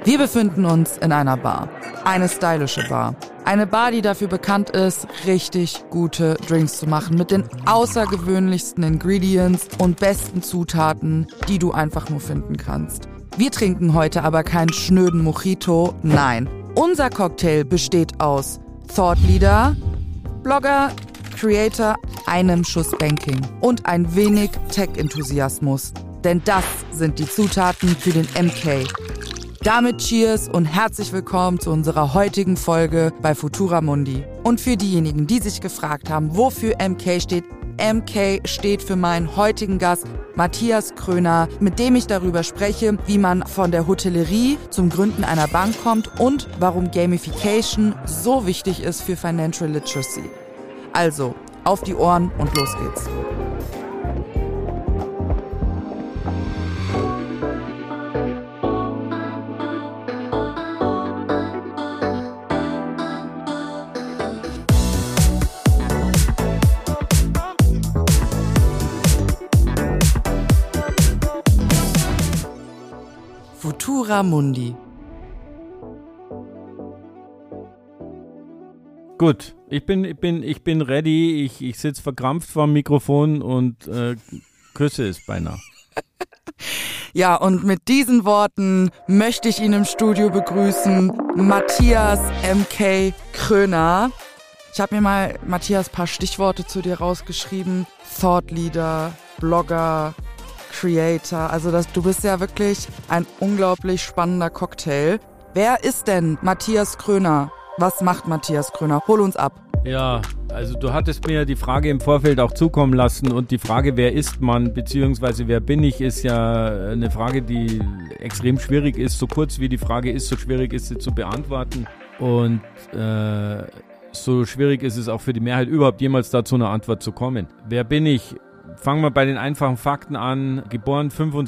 Wir befinden uns in einer Bar. Eine stylische Bar. Eine Bar, die dafür bekannt ist, richtig gute Drinks zu machen mit den außergewöhnlichsten Ingredients und besten Zutaten, die du einfach nur finden kannst. Wir trinken heute aber keinen schnöden Mojito, nein. Unser Cocktail besteht aus Thought Leader, Blogger, Creator, einem Schuss Banking und ein wenig Tech-Enthusiasmus. Denn das sind die Zutaten für den MK. Damit Cheers und herzlich willkommen zu unserer heutigen Folge bei Futura Mundi. Und für diejenigen, die sich gefragt haben, wofür MK steht, MK steht für meinen heutigen Gast Matthias Kröner, mit dem ich darüber spreche, wie man von der Hotellerie zum Gründen einer Bank kommt und warum Gamification so wichtig ist für Financial Literacy. Also, auf die Ohren und los geht's. Futura Mundi. Gut, ich bin ready. Ich sitze verkrampft vor dem Mikrofon und küsse es beinahe. Ja, und mit diesen Worten möchte ich ihn im Studio begrüßen, Matthias MK Kröner. Ich habe mir mal, Matthias, ein paar Stichworte zu dir rausgeschrieben. Thought Leader, Blogger, Creator, also du bist ja wirklich ein unglaublich spannender Cocktail. Wer ist denn Matthias Kröner? Was macht Matthias Kröner? Hol uns ab. Ja, also du hattest mir die Frage im Vorfeld auch zukommen lassen und die Frage, wer ist man, beziehungsweise wer bin ich, ist ja eine Frage, die extrem schwierig ist. So kurz wie die Frage ist, so schwierig ist sie zu beantworten und so schwierig ist es auch für die Mehrheit überhaupt jemals dazu eine Antwort zu kommen. Wer bin ich? Fangen wir bei den einfachen Fakten an. Geboren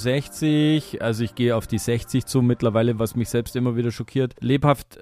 65, also ich gehe auf die 60 zu mittlerweile, was mich selbst immer wieder schockiert. Lebhaft,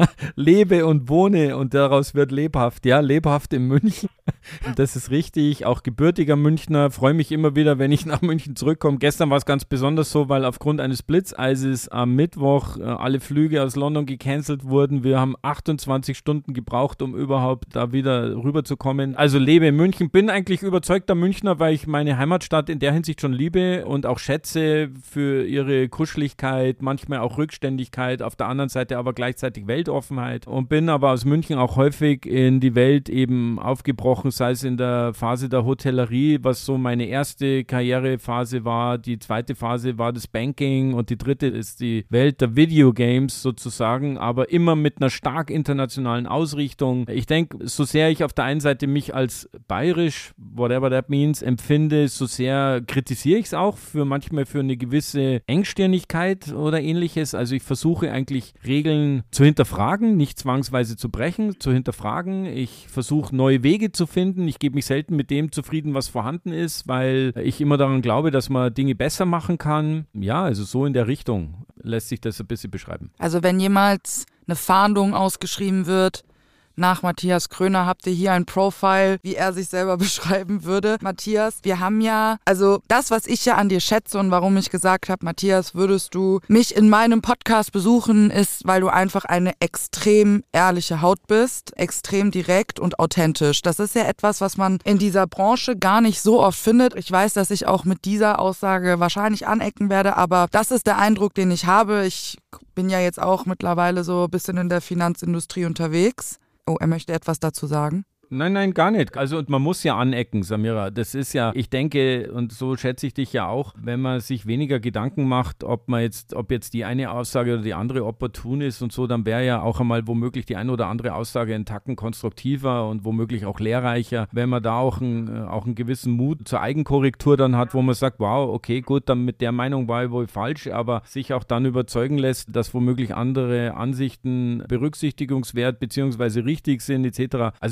lebe und wohne und daraus wird lebhaft. Ja, lebhaft in München. Und das ist richtig. Auch gebürtiger Münchner. Freue mich immer wieder, wenn ich nach München zurückkomme. Gestern war es ganz besonders so, weil aufgrund eines Blitzeises am Mittwoch alle Flüge aus London gecancelt wurden. Wir haben 28 Stunden gebraucht, um überhaupt da wieder rüberzukommen. Also lebe in München. Bin eigentlich überzeugter Münchner, weil ich meine Heimatstadt in der Hinsicht schon liebe und auch schätze für ihre Kuscheligkeit, manchmal auch Rückständigkeit, auf der anderen Seite aber gleichzeitig Weltoffenheit und bin aber aus München auch häufig in die Welt eben aufgebrochen, sei es in der Phase der Hotellerie, was so meine erste Karrierephase war, die zweite Phase war das Banking und die dritte ist die Welt der Videogames sozusagen, aber immer mit einer stark internationalen Ausrichtung. Ich denke, so sehr ich auf der einen Seite mich als bayerisch, whatever that means, empfinde, so sehr kritisiere ich es auch manchmal für eine gewisse Engstirnigkeit oder ähnliches. Also ich versuche eigentlich Regeln zu hinterfragen, nicht zwangsweise zu brechen, zu hinterfragen. Ich versuche neue Wege zu finden. Ich gebe mich selten mit dem zufrieden, was vorhanden ist, weil ich immer daran glaube, dass man Dinge besser machen kann. Ja, also so in der Richtung lässt sich das ein bisschen beschreiben. Also wenn jemals eine Fahndung ausgeschrieben wird, nach Matthias Kröner habt ihr hier ein Profile, wie er sich selber beschreiben würde. Matthias, wir haben ja, also das, was ich ja an dir schätze und warum ich gesagt habe, Matthias, würdest du mich in meinem Podcast besuchen, ist, weil du einfach eine extrem ehrliche Haut bist, extrem direkt und authentisch. Das ist ja etwas, was man in dieser Branche gar nicht so oft findet. Ich weiß, dass ich auch mit dieser Aussage wahrscheinlich anecken werde, aber das ist der Eindruck, den ich habe. Ich bin ja jetzt auch mittlerweile so ein bisschen in der Finanzindustrie unterwegs. Oh, er möchte etwas dazu sagen. Nein, gar nicht. Also und man muss ja anecken, Samira. Das ist ja, ich denke, und so schätze ich dich ja auch, wenn man sich weniger Gedanken macht, ob jetzt die eine Aussage oder die andere opportun ist und so, dann wäre ja auch einmal womöglich die eine oder andere Aussage einen Tacken konstruktiver und womöglich auch lehrreicher, wenn man da auch einen gewissen Mut zur Eigenkorrektur dann hat, wo man sagt, wow, okay, gut, dann mit der Meinung war ich wohl falsch, aber sich auch dann überzeugen lässt, dass womöglich andere Ansichten berücksichtigungswert bzw. richtig sind etc. Also ich glaube,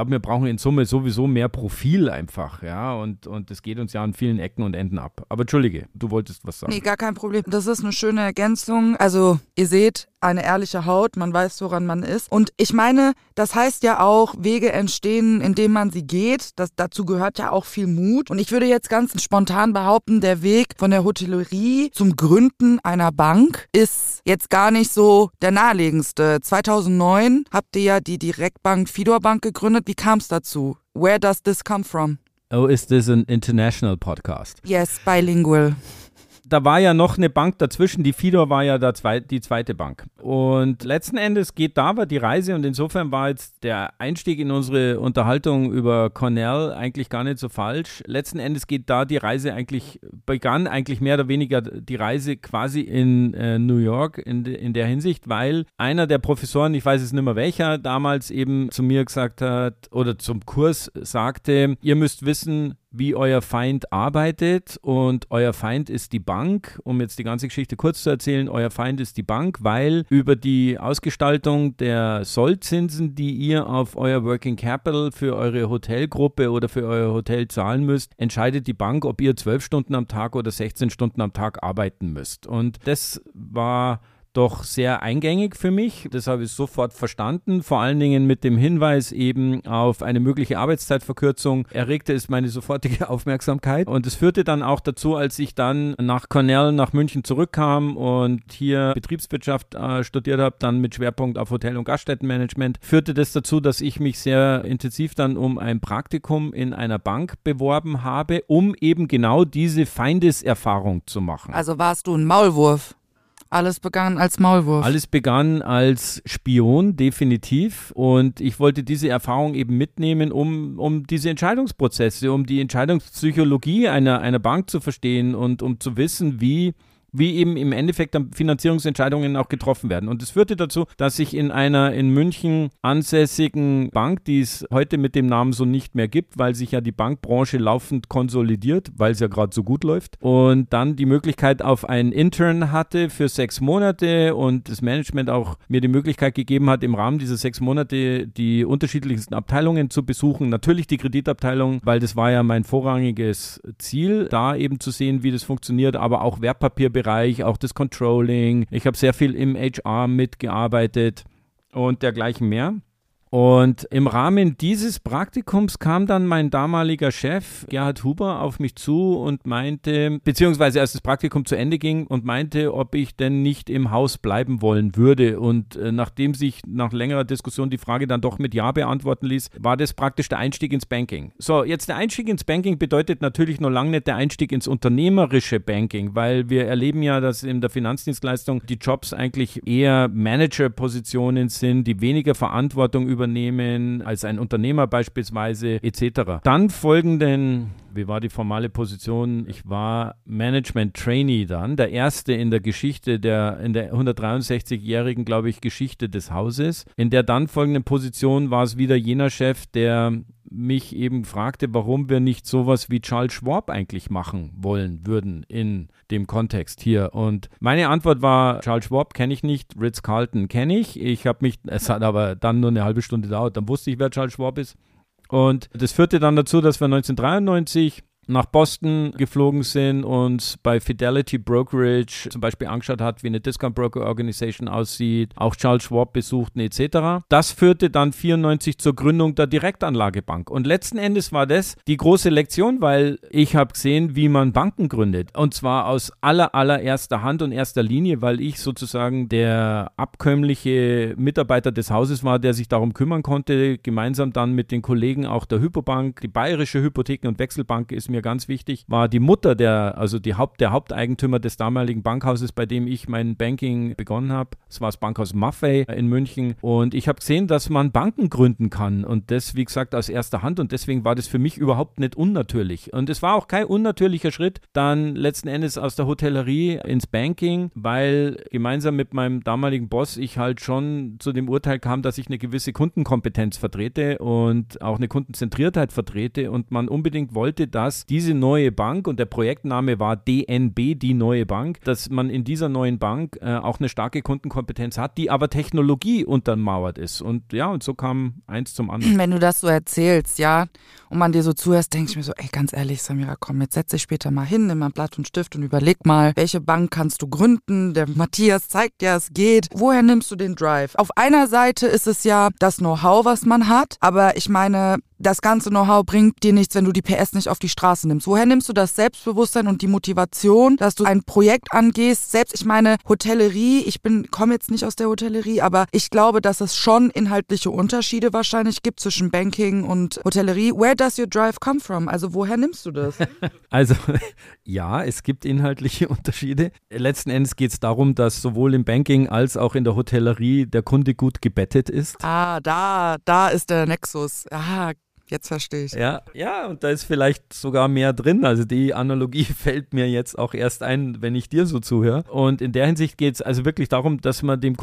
glaube, wir brauchen in Summe sowieso mehr Profil einfach, ja, und das geht uns ja an vielen Ecken und Enden ab. Aber entschuldige, du wolltest was sagen. Nee, gar kein Problem. Das ist eine schöne Ergänzung. Also, ihr seht, eine ehrliche Haut, man weiß, woran man ist. Und ich meine, das heißt ja auch, Wege entstehen, indem man sie geht. Dazu gehört ja auch viel Mut. Und ich würde jetzt ganz spontan behaupten, der Weg von der Hotellerie zum Gründen einer Bank ist jetzt gar nicht so der naheliegendste. 2009 habt ihr ja die Direktbank Fidor Bank gegründet. Wie kam es dazu? Where does this come from? Oh, is this an international podcast? Yes, bilingual. Da war ja noch eine Bank dazwischen, die Fidor war ja die zweite Bank. Und letzten Endes war die Reise und insofern war jetzt der Einstieg in unsere Unterhaltung über Cornell eigentlich gar nicht so falsch. Letzten Endes begann eigentlich mehr oder weniger die Reise quasi in New York in der Hinsicht, weil einer der Professoren, ich weiß es nicht mehr welcher, damals eben zu mir gesagt hat oder zum Kurs sagte, ihr müsst wissen, wie euer Feind arbeitet und euer Feind ist die Bank. Um jetzt die ganze Geschichte kurz zu erzählen, euer Feind ist die Bank, weil über die Ausgestaltung der Sollzinsen, die ihr auf euer Working Capital für eure Hotelgruppe oder für euer Hotel zahlen müsst, entscheidet die Bank, ob ihr 12 Stunden am Tag oder 16 Stunden am Tag arbeiten müsst. Und das war doch sehr eingängig für mich. Das habe ich sofort verstanden. Vor allen Dingen mit dem Hinweis eben auf eine mögliche Arbeitszeitverkürzung erregte es meine sofortige Aufmerksamkeit. Und es führte dann auch dazu, als ich dann nach Cornell, nach München zurückkam und hier Betriebswirtschaft studiert habe, dann mit Schwerpunkt auf Hotel- und Gaststättenmanagement, führte das dazu, dass ich mich sehr intensiv dann um ein Praktikum in einer Bank beworben habe, um eben genau diese Feindeserfahrung zu machen. Also warst du ein Maulwurf? Alles begann als Maulwurf. Alles begann als Spion, definitiv. Und ich wollte diese Erfahrung eben mitnehmen, um diese Entscheidungsprozesse, um die Entscheidungspsychologie einer Bank zu verstehen und um zu wissen, wie eben im Endeffekt dann Finanzierungsentscheidungen auch getroffen werden. Und es führte dazu, dass ich in einer in München ansässigen Bank, die es heute mit dem Namen so nicht mehr gibt, weil sich ja die Bankbranche laufend konsolidiert, weil es ja gerade so gut läuft, und dann die Möglichkeit auf einen Intern hatte für 6 Monate und das Management auch mir die Möglichkeit gegeben hat, im Rahmen dieser 6 Monate die unterschiedlichsten Abteilungen zu besuchen. Natürlich die Kreditabteilung, weil das war ja mein vorrangiges Ziel, da eben zu sehen, wie das funktioniert, aber auch Wertpapierbereich, auch das Controlling. Ich habe sehr viel im HR mitgearbeitet und dergleichen mehr. Und im Rahmen dieses Praktikums kam dann mein damaliger Chef, Gerhard Huber, auf mich zu und meinte, beziehungsweise als das Praktikum zu Ende ging und meinte, ob ich denn nicht im Haus bleiben wollen würde. Und nachdem sich nach längerer Diskussion die Frage dann doch mit Ja beantworten ließ, war das praktisch der Einstieg ins Banking. So, jetzt der Einstieg ins Banking bedeutet natürlich noch lange nicht der Einstieg ins unternehmerische Banking, weil wir erleben ja, dass in der Finanzdienstleistung die Jobs eigentlich eher Managerpositionen sind, die weniger Verantwortung übernehmen als ein Unternehmer beispielsweise etc. Dann folgenden, wie war die formale Position? Ich war Management-Trainee dann, der erste in der Geschichte, in der 163-jährigen, glaube ich, Geschichte des Hauses. In der dann folgenden Position war es wieder jener Chef, der mich eben fragte, warum wir nicht sowas wie Charles Schwab eigentlich machen wollen würden in dem Kontext hier. Und meine Antwort war, Charles Schwab kenne ich nicht, Ritz-Carlton kenne ich. Es hat aber dann nur eine halbe Stunde gedauert, dann wusste ich, wer Charles Schwab ist. Und das führte dann dazu, dass wir 1993 nach Boston geflogen sind und bei Fidelity Brokerage zum Beispiel angeschaut hat, wie eine Discount Broker Organization aussieht, auch Charles Schwab besuchten etc. Das führte dann 1994 zur Gründung der Direktanlagebank. Und letzten Endes war das die große Lektion, weil ich habe gesehen, wie man Banken gründet. Und zwar aus allererster Hand und erster Linie, weil ich sozusagen der abkömmliche Mitarbeiter des Hauses war, der sich darum kümmern konnte, gemeinsam dann mit den Kollegen auch der Hypobank. Die Bayerische Hypotheken- und Wechselbank ist mir ganz wichtig, war die Mutter der Haupteigentümer des damaligen Bankhauses, bei dem ich mein Banking begonnen habe. Das war das Bankhaus Maffei in München. Und ich habe gesehen, dass man Banken gründen kann. Und das, wie gesagt, aus erster Hand. Und deswegen war das für mich überhaupt nicht unnatürlich. Und es war auch kein unnatürlicher Schritt, dann letzten Endes aus der Hotellerie ins Banking, weil gemeinsam mit meinem damaligen Boss ich halt schon zu dem Urteil kam, dass ich eine gewisse Kundenkompetenz vertrete und auch eine Kundenzentriertheit vertrete und man unbedingt wollte, dass diese neue Bank, und der Projektname war DNB, die neue Bank, dass man in dieser neuen Bank auch eine starke Kundenkompetenz hat, die aber Technologie untermauert ist. Und ja, und so kam eins zum anderen. Wenn du das so erzählst, ja, und man dir so zuhörst, denke ich mir so, ey, ganz ehrlich, Samira, komm, jetzt setz dich später mal hin, nimm mal Blatt und Stift und überleg mal, welche Bank kannst du gründen? Der Matthias zeigt ja, es geht. Woher nimmst du den Drive? Auf einer Seite ist es ja das Know-how, was man hat, aber ich meine, das ganze Know-how bringt dir nichts, wenn du die PS nicht auf die Straße nimmst. Woher nimmst du das Selbstbewusstsein und die Motivation, dass du ein Projekt angehst? Selbst, ich meine, Hotellerie, komme jetzt nicht aus der Hotellerie, aber ich glaube, dass es schon inhaltliche Unterschiede wahrscheinlich gibt zwischen Banking und Hotellerie. Where does your drive come from? Also woher nimmst du das? Also ja, es gibt inhaltliche Unterschiede. Letzten Endes geht es darum, dass sowohl im Banking als auch in der Hotellerie der Kunde gut gebettet ist. Da ist der Nexus. Jetzt verstehe ich. Ja, und da ist vielleicht sogar mehr drin. Also die Analogie fällt mir jetzt auch erst ein, wenn ich dir so zuhöre. Und in der Hinsicht geht es also wirklich darum, dass man dem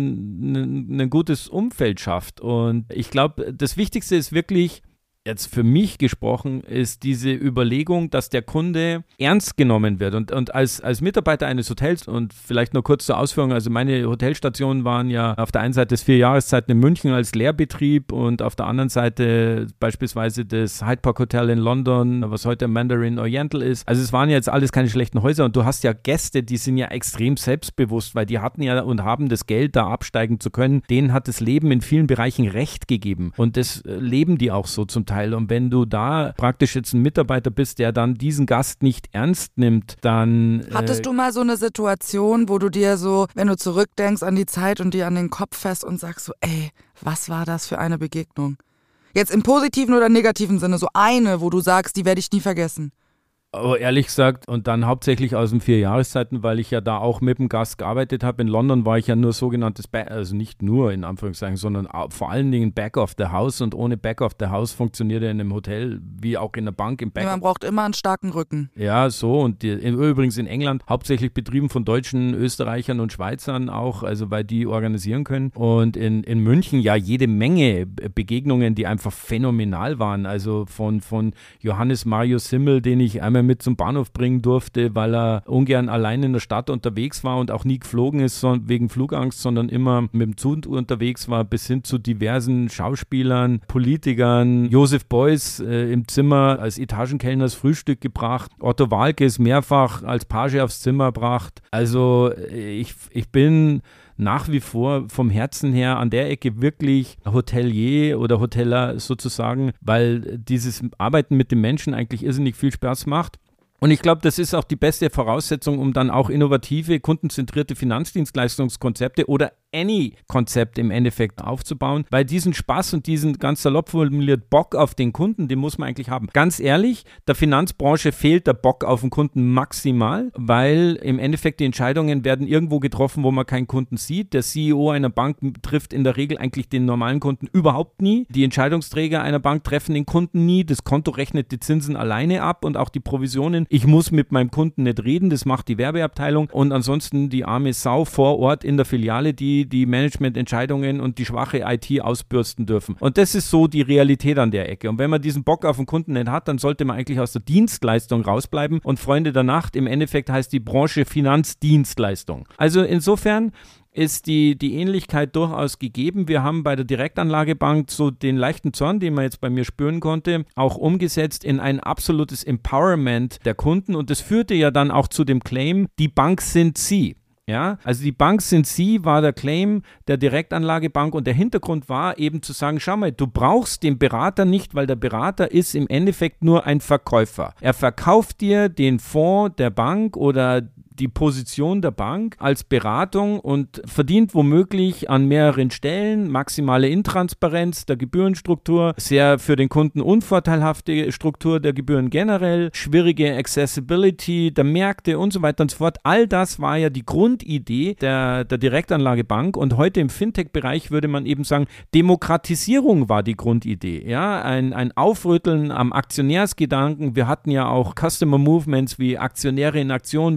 Kunden ein gutes Umfeld schafft. Und ich glaube, das Wichtigste ist wirklich, jetzt für mich gesprochen, ist diese Überlegung, dass der Kunde ernst genommen wird. Und als Mitarbeiter eines Hotels, und vielleicht nur kurz zur Ausführung, also meine Hotelstationen waren ja auf der einen Seite des 4 Jahreszeiten in München als Lehrbetrieb und auf der anderen Seite beispielsweise das Hyde Park Hotel in London, was heute Mandarin Oriental ist. Also es waren ja jetzt alles keine schlechten Häuser und du hast ja Gäste, die sind ja extrem selbstbewusst, weil die hatten ja und haben das Geld, da absteigen zu können. Denen hat das Leben in vielen Bereichen Recht gegeben und das leben die auch so zum Teil. Und wenn du da praktisch jetzt ein Mitarbeiter bist, der dann diesen Gast nicht ernst nimmt, dann... Hattest du mal so eine Situation, wo du dir so, wenn du zurückdenkst an die Zeit und dir an den Kopf fährst und sagst so, ey, was war das für eine Begegnung? Jetzt im positiven oder negativen Sinne, so eine, wo du sagst, die werde ich nie vergessen. Aber ehrlich gesagt, und dann hauptsächlich aus den 4 Jahreszeiten, weil ich ja da auch mit dem Gast gearbeitet habe. In London war ich ja nur sogenanntes, also nicht nur in Anführungszeichen, sondern vor allen Dingen Back of the House. Und ohne Back of the House funktioniert ja in einem Hotel wie auch in der Bank im Back. Ja, man braucht immer einen starken Rücken. Ja, so. Und übrigens in England hauptsächlich betrieben von Deutschen, Österreichern und Schweizern auch, also weil die organisieren können. Und in München ja jede Menge Begegnungen, die einfach phänomenal waren. Also von Johannes Marius Simmel, den ich einmal mit zum Bahnhof bringen durfte, weil er ungern allein in der Stadt unterwegs war und auch nie geflogen ist wegen Flugangst, sondern immer mit dem Zug unterwegs war, bis hin zu diversen Schauspielern, Politikern. Josef Beuys im Zimmer als Etagenkellner das Frühstück gebracht. Otto Waalkes mehrfach als Page aufs Zimmer gebracht. Also ich bin nach wie vor vom Herzen her an der Ecke wirklich Hotelier oder Hoteller sozusagen, weil dieses Arbeiten mit den Menschen eigentlich irrsinnig viel Spaß macht. Und ich glaube, das ist auch die beste Voraussetzung, um dann auch innovative, kundenzentrierte Finanzdienstleistungskonzepte oder Any-Konzept im Endeffekt aufzubauen, weil diesen Spaß und diesen ganz salopp formuliert Bock auf den Kunden, den muss man eigentlich haben. Ganz ehrlich, der Finanzbranche fehlt der Bock auf den Kunden maximal, weil im Endeffekt die Entscheidungen werden irgendwo getroffen, wo man keinen Kunden sieht. Der CEO einer Bank trifft in der Regel eigentlich den normalen Kunden überhaupt nie. Die Entscheidungsträger einer Bank treffen den Kunden nie. Das Konto rechnet die Zinsen alleine ab und auch die Provisionen. Ich muss mit meinem Kunden nicht reden, das macht die Werbeabteilung und ansonsten die arme Sau vor Ort in der Filiale, die Managemententscheidungen und die schwache IT ausbürsten dürfen. Und das ist so die Realität an der Ecke. Und wenn man diesen Bock auf den Kunden nicht hat, dann sollte man eigentlich aus der Dienstleistung rausbleiben. Und Freunde der Nacht, im Endeffekt heißt die Branche Finanzdienstleistung. Also insofern ist die Ähnlichkeit durchaus gegeben. Wir haben bei der Direktanlagebank so den leichten Zorn, den man jetzt bei mir spüren konnte, auch umgesetzt in ein absolutes Empowerment der Kunden. Und das führte ja dann auch zu dem Claim, die Bank sind Sie. Ja, also die Bank sind Sie, war der Claim der Direktanlagebank und der Hintergrund war eben zu sagen, schau mal, du brauchst den Berater nicht, weil der Berater ist im Endeffekt nur ein Verkäufer. Er verkauft dir den Fonds der Bank oder die Position der Bank als Beratung und verdient womöglich an mehreren Stellen, maximale Intransparenz der Gebührenstruktur, sehr für den Kunden unvorteilhafte Struktur der Gebühren generell, schwierige Accessibility der Märkte und so weiter und so fort. All das war ja die Grundidee der Direktanlagebank und heute im Fintech-Bereich würde man eben sagen, Demokratisierung war die Grundidee. Ja? Ein Aufrütteln am Aktionärsgedanken. Wir hatten ja auch Customer Movements wie Aktionäre in Aktion. Wir haben unterschiedliche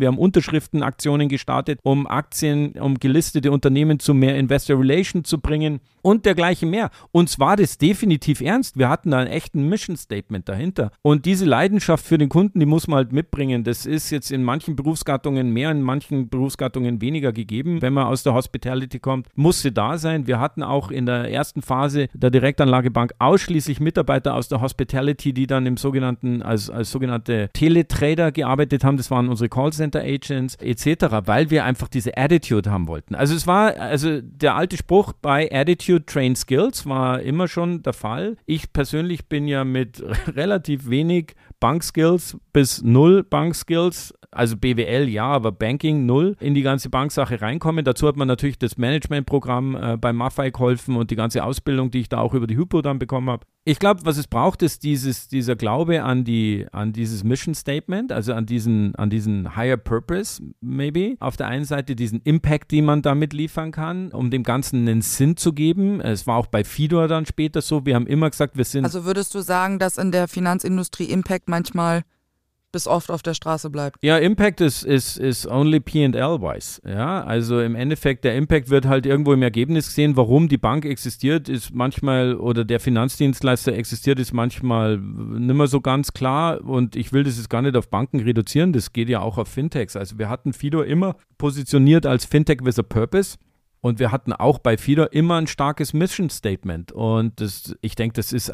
Unterschriftenaktionen gestartet, um Aktien, um gelistete Unternehmen zu mehr Investor Relation zu bringen und dergleichen mehr. Uns war das definitiv ernst. Wir hatten da einen echten Mission Statement dahinter. Und diese Leidenschaft für den Kunden, die muss man halt mitbringen. Das ist jetzt in manchen Berufsgattungen mehr, in manchen Berufsgattungen weniger gegeben. Wenn man aus der Hospitality kommt, muss sie da sein. Wir hatten auch in der ersten Phase der Direktanlagebank ausschließlich Mitarbeiter aus der Hospitality, die dann im sogenannten, als sogenannte Teletrader gearbeitet haben. Das waren unsere Callcenter-Agents etc., weil wir einfach diese Attitude haben wollten. Also der alte Spruch bei Attitude Train Skills war immer schon der Fall. Ich persönlich bin ja mit relativ wenig Bankskills bis 0 Bankskills, also BWL ja, aber Banking 0, in die ganze Banksache reinkommen. Dazu hat man natürlich das Managementprogramm bei Maffei geholfen und die ganze Ausbildung, die ich da auch über die Hypo dann bekommen habe. Ich glaube, was es braucht, ist dieser Glaube an dieses Mission Statement, also an diesen Higher Purpose, maybe. Auf der einen Seite diesen Impact, den man damit liefern kann, um dem Ganzen einen Sinn zu geben. Es war auch bei Fidor dann später so. Wir haben immer gesagt, wir sind... Also würdest du sagen, dass in der Finanzindustrie Impact manchmal bis oft auf der Straße bleibt? Ja, Impact is only P&L-wise. Ja, also im Endeffekt, der Impact wird halt irgendwo im Ergebnis gesehen. Warum die Bank existiert, ist manchmal, oder der Finanzdienstleister existiert, ist manchmal nicht mehr so ganz klar. Und ich will das jetzt gar nicht auf Banken reduzieren. Das geht ja auch auf Fintechs. Also wir hatten Fidor immer positioniert als Fintech with a Purpose. Und wir hatten auch bei Fidor immer ein starkes Mission Statement. Und ich denke, das ist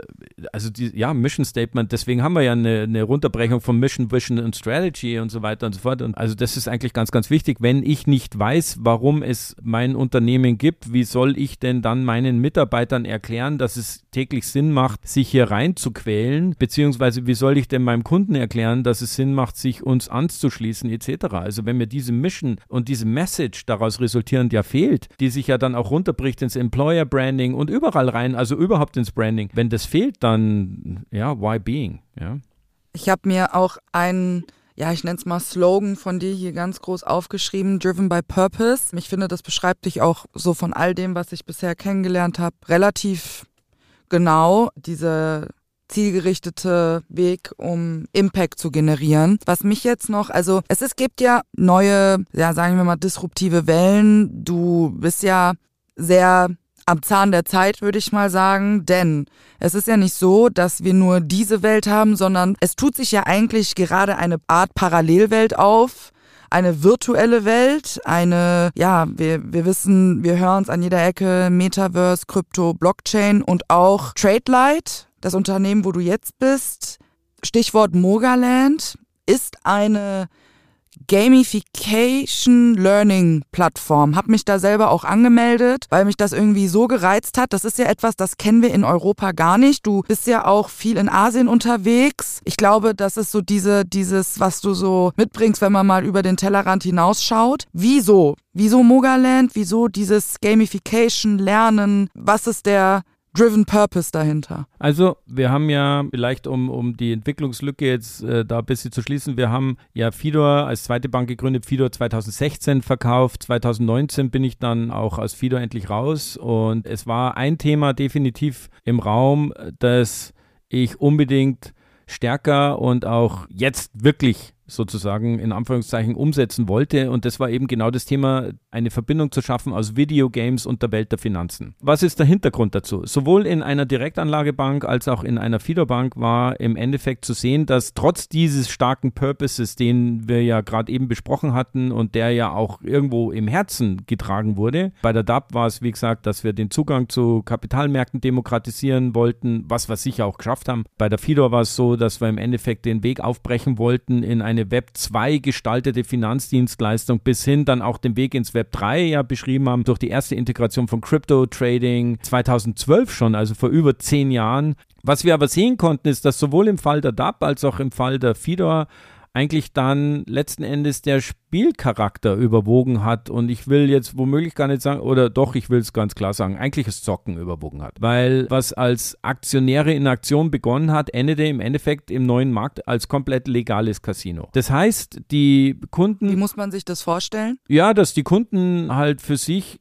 Mission Statement. Deswegen haben wir ja eine Runterbrechung von Mission, Vision und Strategy und so weiter und so fort. Und also das ist eigentlich ganz, ganz wichtig. Wenn ich nicht weiß, warum es mein Unternehmen gibt, wie soll ich denn dann meinen Mitarbeitern erklären, dass es täglich Sinn macht, sich hier reinzuquälen? Beziehungsweise wie soll ich denn meinem Kunden erklären, dass es Sinn macht, sich uns anzuschließen etc.? Also wenn mir diese Mission und diese Message daraus resultierend ja fehlt, die sich ja dann auch runterbricht ins Employer Branding und überall rein, also überhaupt ins Branding. Wenn das fehlt, dann, ja, why being? Ja. Ich habe mir auch einen, ich nenne es mal Slogan von dir hier ganz groß aufgeschrieben, Driven by Purpose. Ich finde, das beschreibt dich auch so von all dem, was ich bisher kennengelernt habe, relativ genau, diese zielgerichtete Weg, um Impact zu generieren. Was mich jetzt noch, also es gibt ja neue, sagen wir mal, disruptive Wellen. Du bist ja sehr am Zahn der Zeit, würde ich mal sagen, denn es ist ja nicht so, dass wir nur diese Welt haben, sondern es tut sich ja eigentlich gerade eine Art Parallelwelt auf, eine virtuelle Welt, wir wissen, wir hören es an jeder Ecke, Metaverse, Krypto, Blockchain und auch Tradelight, das Unternehmen, wo du jetzt bist, Stichwort Mogaland, ist eine Gamification Learning Plattform. Hab mich da selber auch angemeldet, weil mich das irgendwie so gereizt hat. Das ist ja etwas, das kennen wir in Europa gar nicht. Du bist ja auch viel in Asien unterwegs. Ich glaube, das ist so dieses, was du so mitbringst, wenn man mal über den Tellerrand hinausschaut. Wieso? Wieso Mogaland? Wieso dieses Gamification Lernen? Was ist der Driven Purpose dahinter? Also wir haben ja vielleicht, um die Entwicklungslücke jetzt da ein bisschen zu schließen, wir haben ja Fidor als zweite Bank gegründet, Fidor 2016 verkauft, 2019 bin ich dann auch aus Fidor endlich raus und es war ein Thema definitiv im Raum, das ich unbedingt stärker und auch jetzt wirklich sozusagen in Anführungszeichen umsetzen wollte und das war eben genau das Thema, eine Verbindung zu schaffen aus Videogames und der Welt der Finanzen. Was ist der Hintergrund dazu? Sowohl in einer Direktanlagebank als auch in einer Fidor-Bank war im Endeffekt zu sehen, dass trotz dieses starken Purposes, den wir ja gerade eben besprochen hatten und der ja auch irgendwo im Herzen getragen wurde, bei der DAP war es wie gesagt, dass wir den Zugang zu Kapitalmärkten demokratisieren wollten, was wir sicher auch geschafft haben. Bei der Fidor war es so, dass wir im Endeffekt den Weg aufbrechen wollten in eine Web 2 gestaltete Finanzdienstleistung bis hin dann auch den Weg ins Web 3 ja beschrieben haben durch die erste Integration von Crypto-Trading 2012 schon, also vor über 10 Jahren. Was wir aber sehen konnten, ist, dass sowohl im Fall der DAP als auch im Fall der Fidor eigentlich dann letzten Endes der Spielcharakter überwogen hat und ich will jetzt womöglich gar nicht sagen, oder doch, ich will es ganz klar sagen, eigentlich das Zocken überwogen hat. Weil was als Aktionäre in Aktion begonnen hat, endete im Endeffekt im neuen Markt als komplett legales Casino. Das heißt, die Kunden... Wie muss man sich das vorstellen? Ja, dass die Kunden halt für sich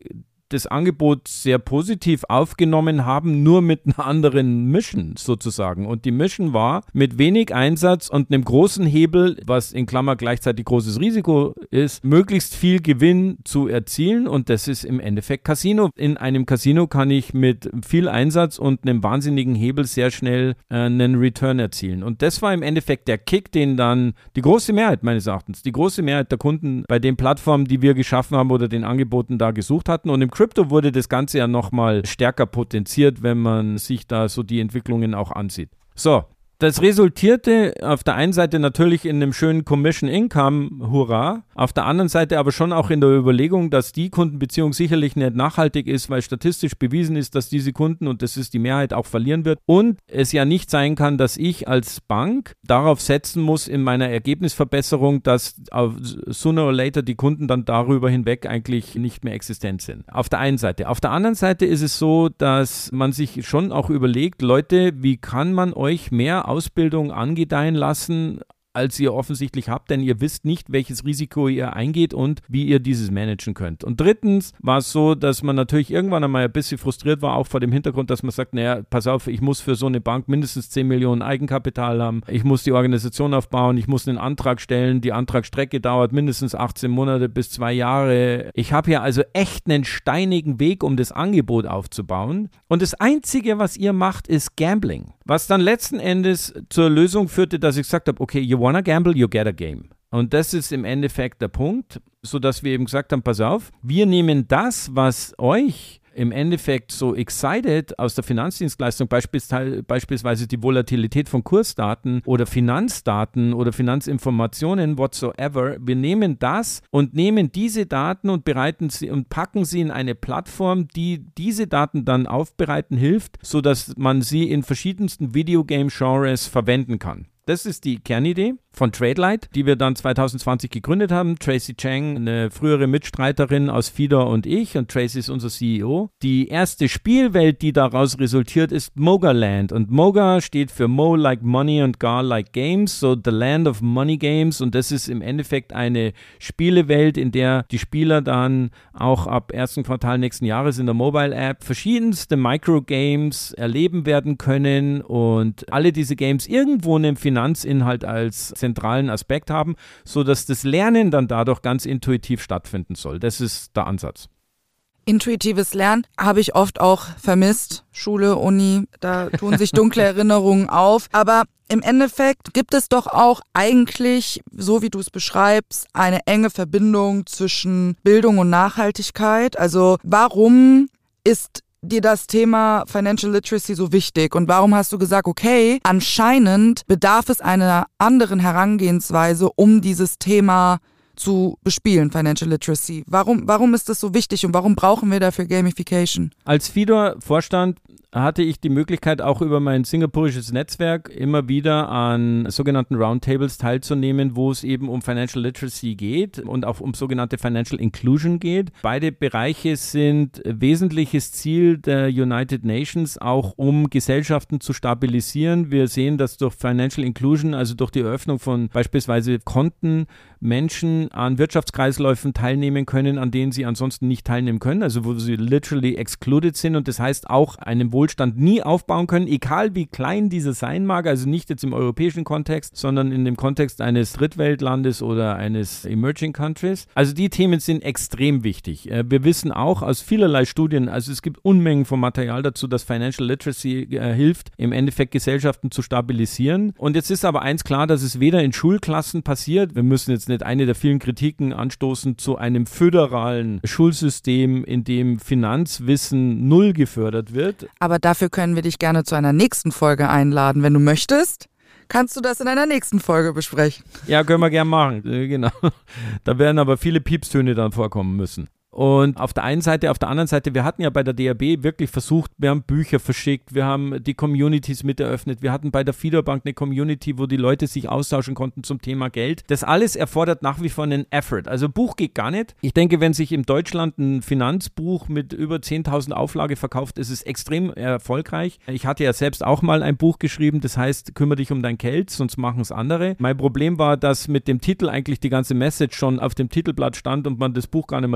das Angebot sehr positiv aufgenommen haben, nur mit einer anderen Mission sozusagen. Und die Mission war, mit wenig Einsatz und einem großen Hebel, was in Klammer gleichzeitig großes Risiko ist, möglichst viel Gewinn zu erzielen. Und das ist im Endeffekt Casino. In einem Casino kann ich mit viel Einsatz und einem wahnsinnigen Hebel sehr schnell einen Return erzielen. Und das war im Endeffekt der Kick, den dann die große Mehrheit meines Erachtens, die große Mehrheit der Kunden bei den Plattformen, die wir geschaffen haben oder den Angeboten da gesucht hatten. Und im Crypto wurde das Ganze ja nochmal stärker potenziert, wenn man sich da so die Entwicklungen auch ansieht. So, das resultierte auf der einen Seite natürlich in einem schönen Commission Income, hurra, auf der anderen Seite aber schon auch in der Überlegung, dass die Kundenbeziehung sicherlich nicht nachhaltig ist, weil statistisch bewiesen ist, dass diese Kunden, und das ist die Mehrheit, auch verlieren wird und es ja nicht sein kann, dass ich als Bank darauf setzen muss in meiner Ergebnisverbesserung, dass sooner or later die Kunden dann darüber hinweg eigentlich nicht mehr existent sind. Auf der einen Seite. Auf der anderen Seite ist es so, dass man sich schon auch überlegt, Leute, wie kann man euch mehr Ausbildung angedeihen lassen, als ihr offensichtlich habt, denn ihr wisst nicht, welches Risiko ihr eingeht und wie ihr dieses managen könnt. Und drittens war es so, dass man natürlich irgendwann einmal ein bisschen frustriert war, auch vor dem Hintergrund, dass man sagt, naja, pass auf, ich muss für so eine Bank mindestens 10 Millionen Eigenkapital haben, ich muss die Organisation aufbauen, ich muss einen Antrag stellen, die Antragsstrecke dauert mindestens 18 Monate bis 2 Jahre. Ich habe hier also echt einen steinigen Weg, um das Angebot aufzubauen. Und das Einzige, was ihr macht, ist Gambling. Was dann letzten Endes zur Lösung führte, dass ich gesagt habe, okay, you wanna gamble, you get a game. Und das ist im Endeffekt der Punkt, sodass wir eben gesagt haben, pass auf, wir nehmen das, was euch im Endeffekt so excited aus der Finanzdienstleistung, beispielsweise die Volatilität von Kursdaten oder Finanzdaten oder Finanzinformationen, whatsoever. Wir nehmen das und nehmen diese Daten und bereiten sie und packen sie in eine Plattform, die diese Daten dann aufbereiten hilft, sodass man sie in verschiedensten Videogame-Genres verwenden kann. Das ist die Kernidee von Tradelight, die wir dann 2020 gegründet haben. Tracy Cheng, eine frühere Mitstreiterin aus Fidor und ich, und Tracy ist unser CEO. Die erste Spielwelt, die daraus resultiert, ist Mogaland, und Moga steht für Mo like Money und Gar like Games, so the Land of Money Games, und das ist im Endeffekt eine Spielewelt, in der die Spieler dann auch ab ersten Quartal nächsten Jahres in der Mobile App verschiedenste Microgames erleben werden können und alle diese Games irgendwo einen Finanzinhalt als zentralen Aspekt haben, sodass das Lernen dann dadurch ganz intuitiv stattfinden soll. Das ist der Ansatz. Intuitives Lernen habe ich oft auch vermisst. Schule, Uni, da tun sich dunkle Erinnerungen auf. Aber im Endeffekt gibt es doch auch eigentlich, so wie du es beschreibst, eine enge Verbindung zwischen Bildung und Nachhaltigkeit. Also warum ist dir das Thema Financial Literacy so wichtig und warum hast du gesagt, okay, anscheinend bedarf es einer anderen Herangehensweise, um dieses Thema zu bespielen, Financial Literacy? Warum ist das so wichtig und warum brauchen wir dafür Gamification? Als Fidor-Vorstand hatte ich die Möglichkeit, auch über mein singapurisches Netzwerk immer wieder an sogenannten Roundtables teilzunehmen, wo es eben um Financial Literacy geht und auch um sogenannte Financial Inclusion geht. Beide Bereiche sind wesentliches Ziel der United Nations, auch um Gesellschaften zu stabilisieren. Wir sehen, dass durch Financial Inclusion, also durch die Eröffnung von beispielsweise Konten, Menschen an Wirtschaftskreisläufen teilnehmen können, an denen sie ansonsten nicht teilnehmen können, also wo sie literally excluded sind, und das heißt auch einen Wohlstand nie aufbauen können, egal wie klein dieser sein mag, also nicht jetzt im europäischen Kontext, sondern in dem Kontext eines Drittweltlandes oder eines Emerging Countries. Also die Themen sind extrem wichtig. Wir wissen auch aus vielerlei Studien, also es gibt Unmengen von Material dazu, dass Financial Literacy hilft, im Endeffekt Gesellschaften zu stabilisieren. Und jetzt ist aber eins klar, dass es weder in Schulklassen passiert, wir müssen jetzt nicht eine der vielen Kritiken anstoßen zu einem föderalen Schulsystem, in dem Finanzwissen null gefördert wird. Aber dafür können wir dich gerne zu einer nächsten Folge einladen, wenn du möchtest. Kannst du das in einer nächsten Folge besprechen? Ja, können wir gerne machen, genau. Da werden aber viele Piepstöne dann vorkommen müssen. Und auf der einen Seite, auf der anderen Seite, wir hatten ja bei der DAB wirklich versucht, wir haben Bücher verschickt, wir haben die Communities mit eröffnet, wir hatten bei der Fidor Bank eine Community, wo die Leute sich austauschen konnten zum Thema Geld. Das alles erfordert nach wie vor einen Effort. Also Buch geht gar nicht. Ich denke, wenn sich in Deutschland ein Finanzbuch mit über 10.000 Auflage verkauft, ist es extrem erfolgreich. Ich hatte ja selbst auch mal ein Buch geschrieben, das heißt, kümmere dich um dein Geld, sonst machen es andere. Mein Problem war, dass mit dem Titel eigentlich die ganze Message schon auf dem Titelblatt stand und man das Buch gar nicht mehr lesen musste,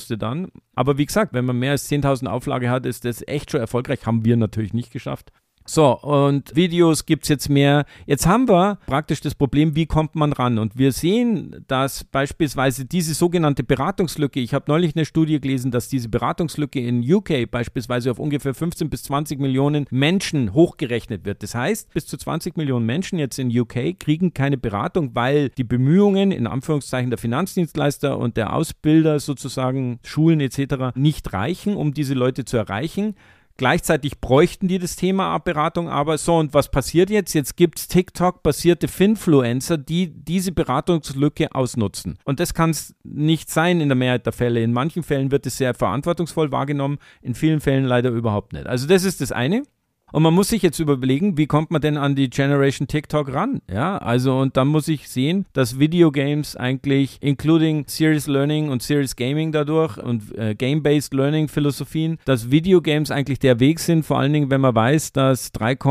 musste dann. Aber wie gesagt, wenn man mehr als 10.000 Auflage hat, ist das echt schon erfolgreich. Haben wir natürlich nicht geschafft. So, und Videos gibt's jetzt mehr. Jetzt haben wir praktisch das Problem, wie kommt man ran? Und wir sehen, dass beispielsweise diese sogenannte Beratungslücke, ich habe neulich eine Studie gelesen, dass diese Beratungslücke in UK beispielsweise auf ungefähr 15 bis 20 Millionen Menschen hochgerechnet wird. Das heißt, bis zu 20 Millionen Menschen jetzt in UK kriegen keine Beratung, weil die Bemühungen, in Anführungszeichen, der Finanzdienstleister und der Ausbilder sozusagen, Schulen etc. nicht reichen, um diese Leute zu erreichen. Gleichzeitig bräuchten die das Thema Beratung, aber so, und was passiert jetzt? Jetzt gibt es TikTok-basierte Finfluencer, die diese Beratungslücke ausnutzen. Und das kann es nicht sein in der Mehrheit der Fälle. In manchen Fällen wird es sehr verantwortungsvoll wahrgenommen, in vielen Fällen leider überhaupt nicht. Also das ist das eine. Und man muss sich jetzt überlegen, wie kommt man denn an die Generation TikTok ran? Ja, also und dann muss ich sehen, dass Videogames eigentlich, including Serious Learning und Serious Gaming dadurch und Game-Based Learning Philosophien, dass Videogames eigentlich der Weg sind, vor allen Dingen, wenn man weiß, dass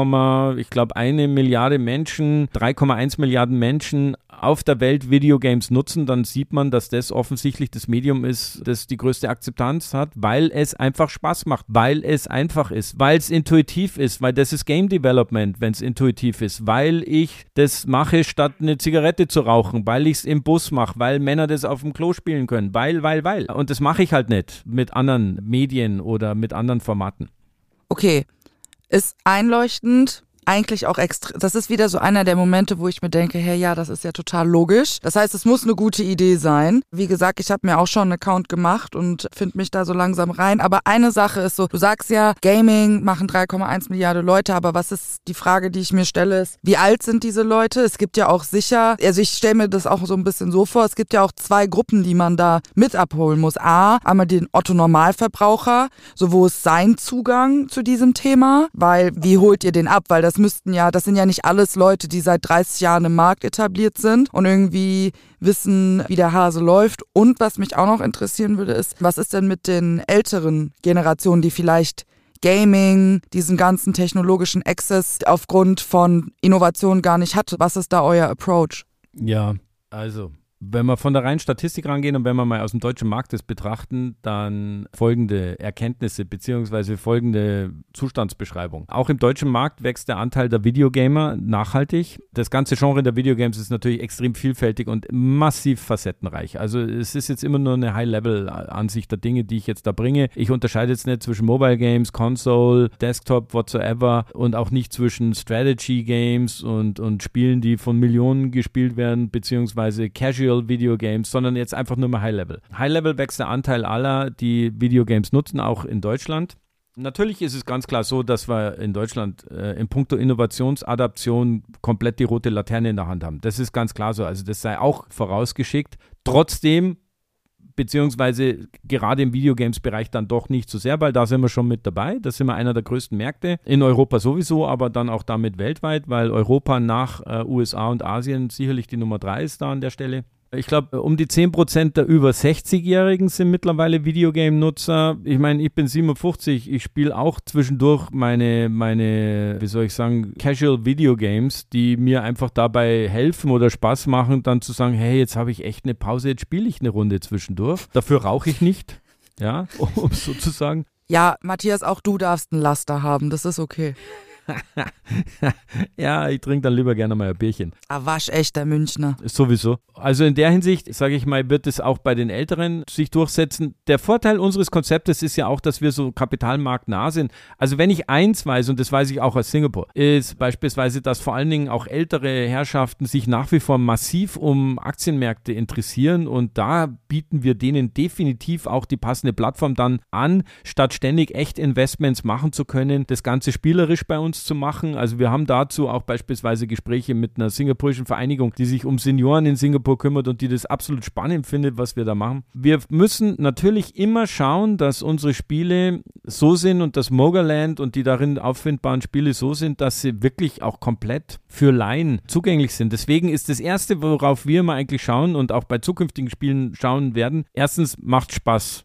3,1 Milliarden Menschen auf der Welt Videogames nutzen, dann sieht man, dass das offensichtlich das Medium ist, das die größte Akzeptanz hat, weil es einfach Spaß macht, weil es einfach ist, weil es intuitiv ist, weil das ist Game Development, wenn es intuitiv ist, weil ich das mache, statt eine Zigarette zu rauchen, weil ich es im Bus mache, weil Männer das auf dem Klo spielen können, weil. Und das mache ich halt nicht mit anderen Medien oder mit anderen Formaten. Okay, ist einleuchtend. Eigentlich auch extra, das ist wieder so einer der Momente, wo ich mir denke, hey, ja, das ist ja total logisch. Das heißt, es muss eine gute Idee sein. Wie gesagt, ich habe mir auch schon einen Account gemacht und finde mich da so langsam rein. Aber eine Sache ist so, du sagst ja, Gaming machen 3,1 Milliarden Leute, aber was ist die Frage, die ich mir stelle, ist, wie alt sind diese Leute? Es gibt ja auch sicher, also ich stelle mir das auch so ein bisschen so vor, es gibt ja auch zwei Gruppen, die man da mit abholen muss. Einmal den Otto-Normalverbraucher, so wo ist sein Zugang zu diesem Thema? Weil, wie holt ihr den ab? Weil das sind ja nicht alles Leute, die seit 30 Jahren im Markt etabliert sind und irgendwie wissen, wie der Hase läuft. Und was mich auch noch interessieren würde, ist, was ist denn mit den älteren Generationen, die vielleicht Gaming, diesen ganzen technologischen Access aufgrund von Innovation gar nicht hat? Was ist da euer Approach? Ja, also wenn wir von der reinen Statistik rangehen und wenn wir mal aus dem deutschen Markt das betrachten, dann folgende Erkenntnisse bzw. folgende Zustandsbeschreibung. Auch im deutschen Markt wächst der Anteil der Videogamer nachhaltig. Das ganze Genre der Videogames ist natürlich extrem vielfältig und massiv facettenreich. Also es ist jetzt immer nur eine High-Level-Ansicht der Dinge, die ich jetzt da bringe. Ich unterscheide jetzt nicht zwischen Mobile Games, Console, Desktop, whatsoever und auch nicht zwischen Strategy Games und Spielen, die von Millionen gespielt werden, beziehungsweise Casual Videogames, sondern jetzt einfach nur mal High-Level. High-Level wächst der Anteil aller, die Videogames nutzen, auch in Deutschland. Natürlich ist es ganz klar so, dass wir in Deutschland in puncto Innovationsadaption komplett die rote Laterne in der Hand haben. Das ist ganz klar so. Also das sei auch vorausgeschickt. Trotzdem, beziehungsweise gerade im Videogames-Bereich dann doch nicht so sehr, weil da sind wir schon mit dabei. Da sind wir einer der größten Märkte. In Europa sowieso, aber dann auch damit weltweit, weil Europa nach USA und Asien sicherlich die Nummer 3 ist da an der Stelle. Ich glaube, um die 10% der über 60-Jährigen sind mittlerweile Videogame-Nutzer. Ich meine, ich bin 57, ich spiele auch zwischendurch meine, wie soll ich sagen, Casual Videogames, die mir einfach dabei helfen oder Spaß machen, dann zu sagen, hey, jetzt habe ich echt eine Pause, jetzt spiele ich eine Runde zwischendurch. Dafür rauche ich nicht, ja, um sozusagen. Ja, Matthias, auch du darfst ein Laster haben, das ist okay. Ja, ich trinke dann lieber gerne mal ein Bierchen. Waschechter Münchner. Sowieso. Also in der Hinsicht, sage ich mal, wird es auch bei den Älteren sich durchsetzen. Der Vorteil unseres Konzeptes ist ja auch, dass wir so kapitalmarktnah sind. Also wenn ich eins weiß, und das weiß ich auch aus Singapur, ist beispielsweise, dass vor allen Dingen auch ältere Herrschaften sich nach wie vor massiv um Aktienmärkte interessieren und da bieten wir denen definitiv auch die passende Plattform dann an, statt ständig echt Investments machen zu können, das Ganze spielerisch bei uns zu machen. Also wir haben dazu auch beispielsweise Gespräche mit einer singapurischen Vereinigung, die sich um Senioren in Singapur kümmert und die das absolut spannend findet, was wir da machen. Wir müssen natürlich immer schauen, dass unsere Spiele so sind und das Mogaland und die darin auffindbaren Spiele so sind, dass sie wirklich auch komplett für Laien zugänglich sind. Deswegen ist das Erste, worauf wir mal eigentlich schauen und auch bei zukünftigen Spielen schauen werden, erstens macht Spaß.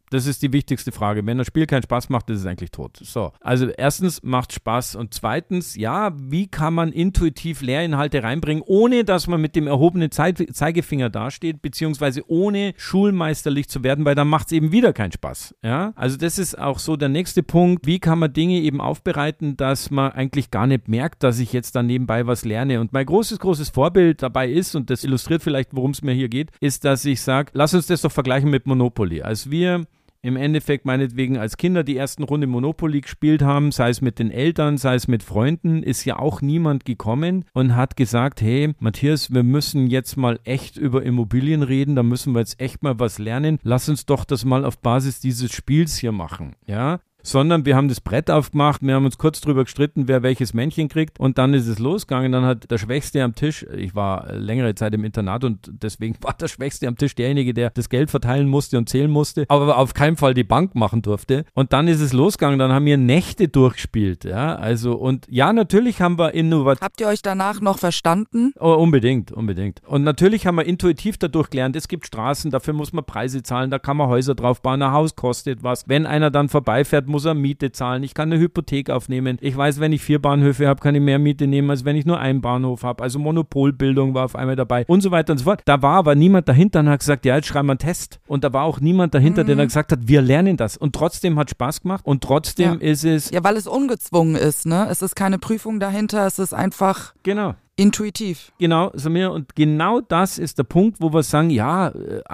Das ist die wichtigste Frage. Wenn das Spiel keinen Spaß macht, ist es eigentlich tot. So, also erstens macht Spaß und zweitens, ja, wie kann man intuitiv Lehrinhalte reinbringen, ohne dass man mit dem erhobenen Zeigefinger dasteht, beziehungsweise ohne schulmeisterlich zu werden, weil dann macht es eben wieder keinen Spaß. Ja, also das ist auch so der nächste Punkt. Wie kann man Dinge eben aufbereiten, dass man eigentlich gar nicht merkt, dass ich jetzt da nebenbei was lerne? Und mein großes Vorbild dabei ist, und das illustriert vielleicht, worum es mir hier geht, ist, dass ich sage, lass uns das doch vergleichen mit Monopoly. Als wir im Endeffekt meinetwegen als Kinder die ersten Runde Monopoly gespielt haben, sei es mit den Eltern, sei es mit Freunden, ist ja auch niemand gekommen und hat gesagt, hey Matthias, wir müssen jetzt mal echt über Immobilien reden, da müssen wir jetzt echt mal was lernen, lass uns doch das mal auf Basis dieses Spiels hier machen, ja. Sondern wir haben das Brett aufgemacht, wir haben uns kurz drüber gestritten, wer welches Männchen kriegt und dann ist es losgegangen, dann hat der Schwächste am Tisch, ich war längere Zeit im Internat und deswegen war der Schwächste am Tisch derjenige, der das Geld verteilen musste und zählen musste, aber auf keinen Fall die Bank machen durfte und dann ist es losgegangen, dann haben wir Nächte durchgespielt, ja, also und ja, natürlich haben wir innovativ. Habt ihr euch danach noch verstanden? Oh, unbedingt. Und natürlich haben wir intuitiv dadurch gelernt, es gibt Straßen, dafür muss man Preise zahlen, da kann man Häuser drauf bauen, ein Haus kostet was, wenn einer dann vorbeifährt, muss er Miete zahlen, ich kann eine Hypothek aufnehmen. Ich weiß, wenn ich 4 Bahnhöfe habe, kann ich mehr Miete nehmen, als wenn ich nur einen Bahnhof habe. Also Monopolbildung war auf einmal dabei und so weiter und so fort. Da war aber niemand dahinter und hat gesagt, ja, jetzt schreiben wir einen Test. Und da war auch niemand dahinter, der dann gesagt hat, wir lernen das. Und trotzdem hat Spaß gemacht und trotzdem ist es... Ja, weil es ungezwungen ist, ne? Es ist keine Prüfung dahinter, es ist einfach... Genau. Intuitiv. Genau, Samir, und genau das ist der Punkt, wo wir sagen, ja,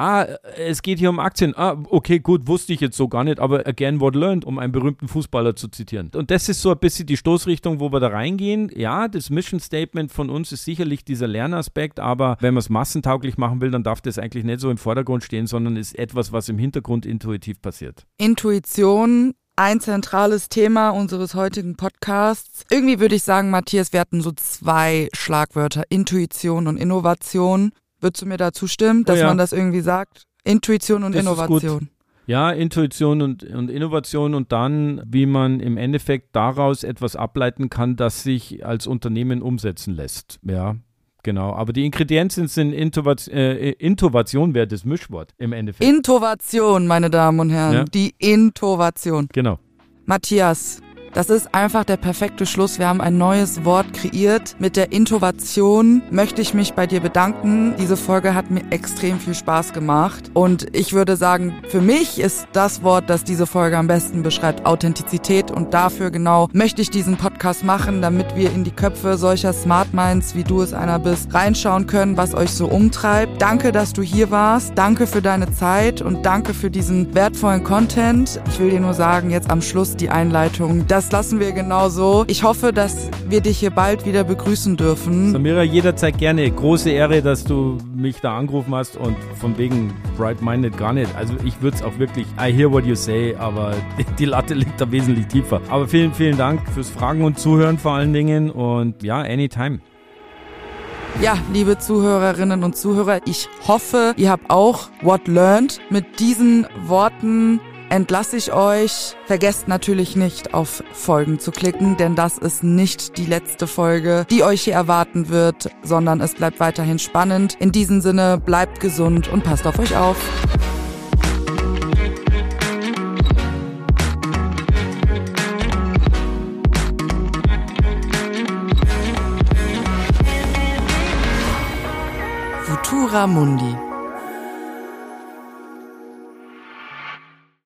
es geht hier um Aktien. Okay, gut, wusste ich jetzt so gar nicht, aber again what learned, um einen berühmten Fußballer zu zitieren. Und das ist so ein bisschen die Stoßrichtung, wo wir da reingehen. Ja, das Mission Statement von uns ist sicherlich dieser Lernaspekt, aber wenn man es massentauglich machen will, dann darf das eigentlich nicht so im Vordergrund stehen, sondern ist etwas, was im Hintergrund intuitiv passiert. Intuition. Ein zentrales Thema unseres heutigen Podcasts. Irgendwie würde ich sagen, Matthias, wir hatten so 2 Schlagwörter, Intuition und Innovation. Würdest du mir da zustimmen, dass man das irgendwie sagt? Intuition und das Innovation. Ja, Intuition und Innovation und dann, wie man im Endeffekt daraus etwas ableiten kann, das sich als Unternehmen umsetzen lässt. Ja. Genau, aber die Ingredienzien sind Intovation wäre das Mischwort im Endeffekt. Intovation, meine Damen und Herren, ja. Die Intovation. Genau. Matthias, das ist einfach der perfekte Schluss. Wir haben ein neues Wort kreiert. Mit der Intovation möchte ich mich bei dir bedanken. Diese Folge hat mir extrem viel Spaß gemacht. Und ich würde sagen, für mich ist das Wort, das diese Folge am besten beschreibt, Authentizität. Und dafür genau möchte ich diesen Podcast machen, damit wir in die Köpfe solcher Smart Minds, wie du es einer bist, reinschauen können, was euch so umtreibt. Danke, dass du hier warst. Danke für deine Zeit und danke für diesen wertvollen Content. Ich will dir nur sagen, jetzt am Schluss die Einleitung. Das lassen wir genau so. Ich hoffe, dass wir dich hier bald wieder begrüßen dürfen. Samira, jederzeit gerne. Große Ehre, dass du mich da angerufen hast und von wegen Bright-Minded gar nicht. Also ich würde es auch wirklich, I hear what you say, aber die Latte liegt da wesentlich tiefer. Aber vielen, vielen Dank fürs Fragen und Zuhören vor allen Dingen und ja, anytime. Ja, liebe Zuhörerinnen und Zuhörer, ich hoffe, ihr habt auch what learned. Mit diesen Worten entlasse ich euch. Vergesst natürlich nicht, auf Folgen zu klicken, denn das ist nicht die letzte Folge, die euch hier erwarten wird, sondern es bleibt weiterhin spannend. In diesem Sinne, bleibt gesund und passt auf euch auf. Futura Mundi.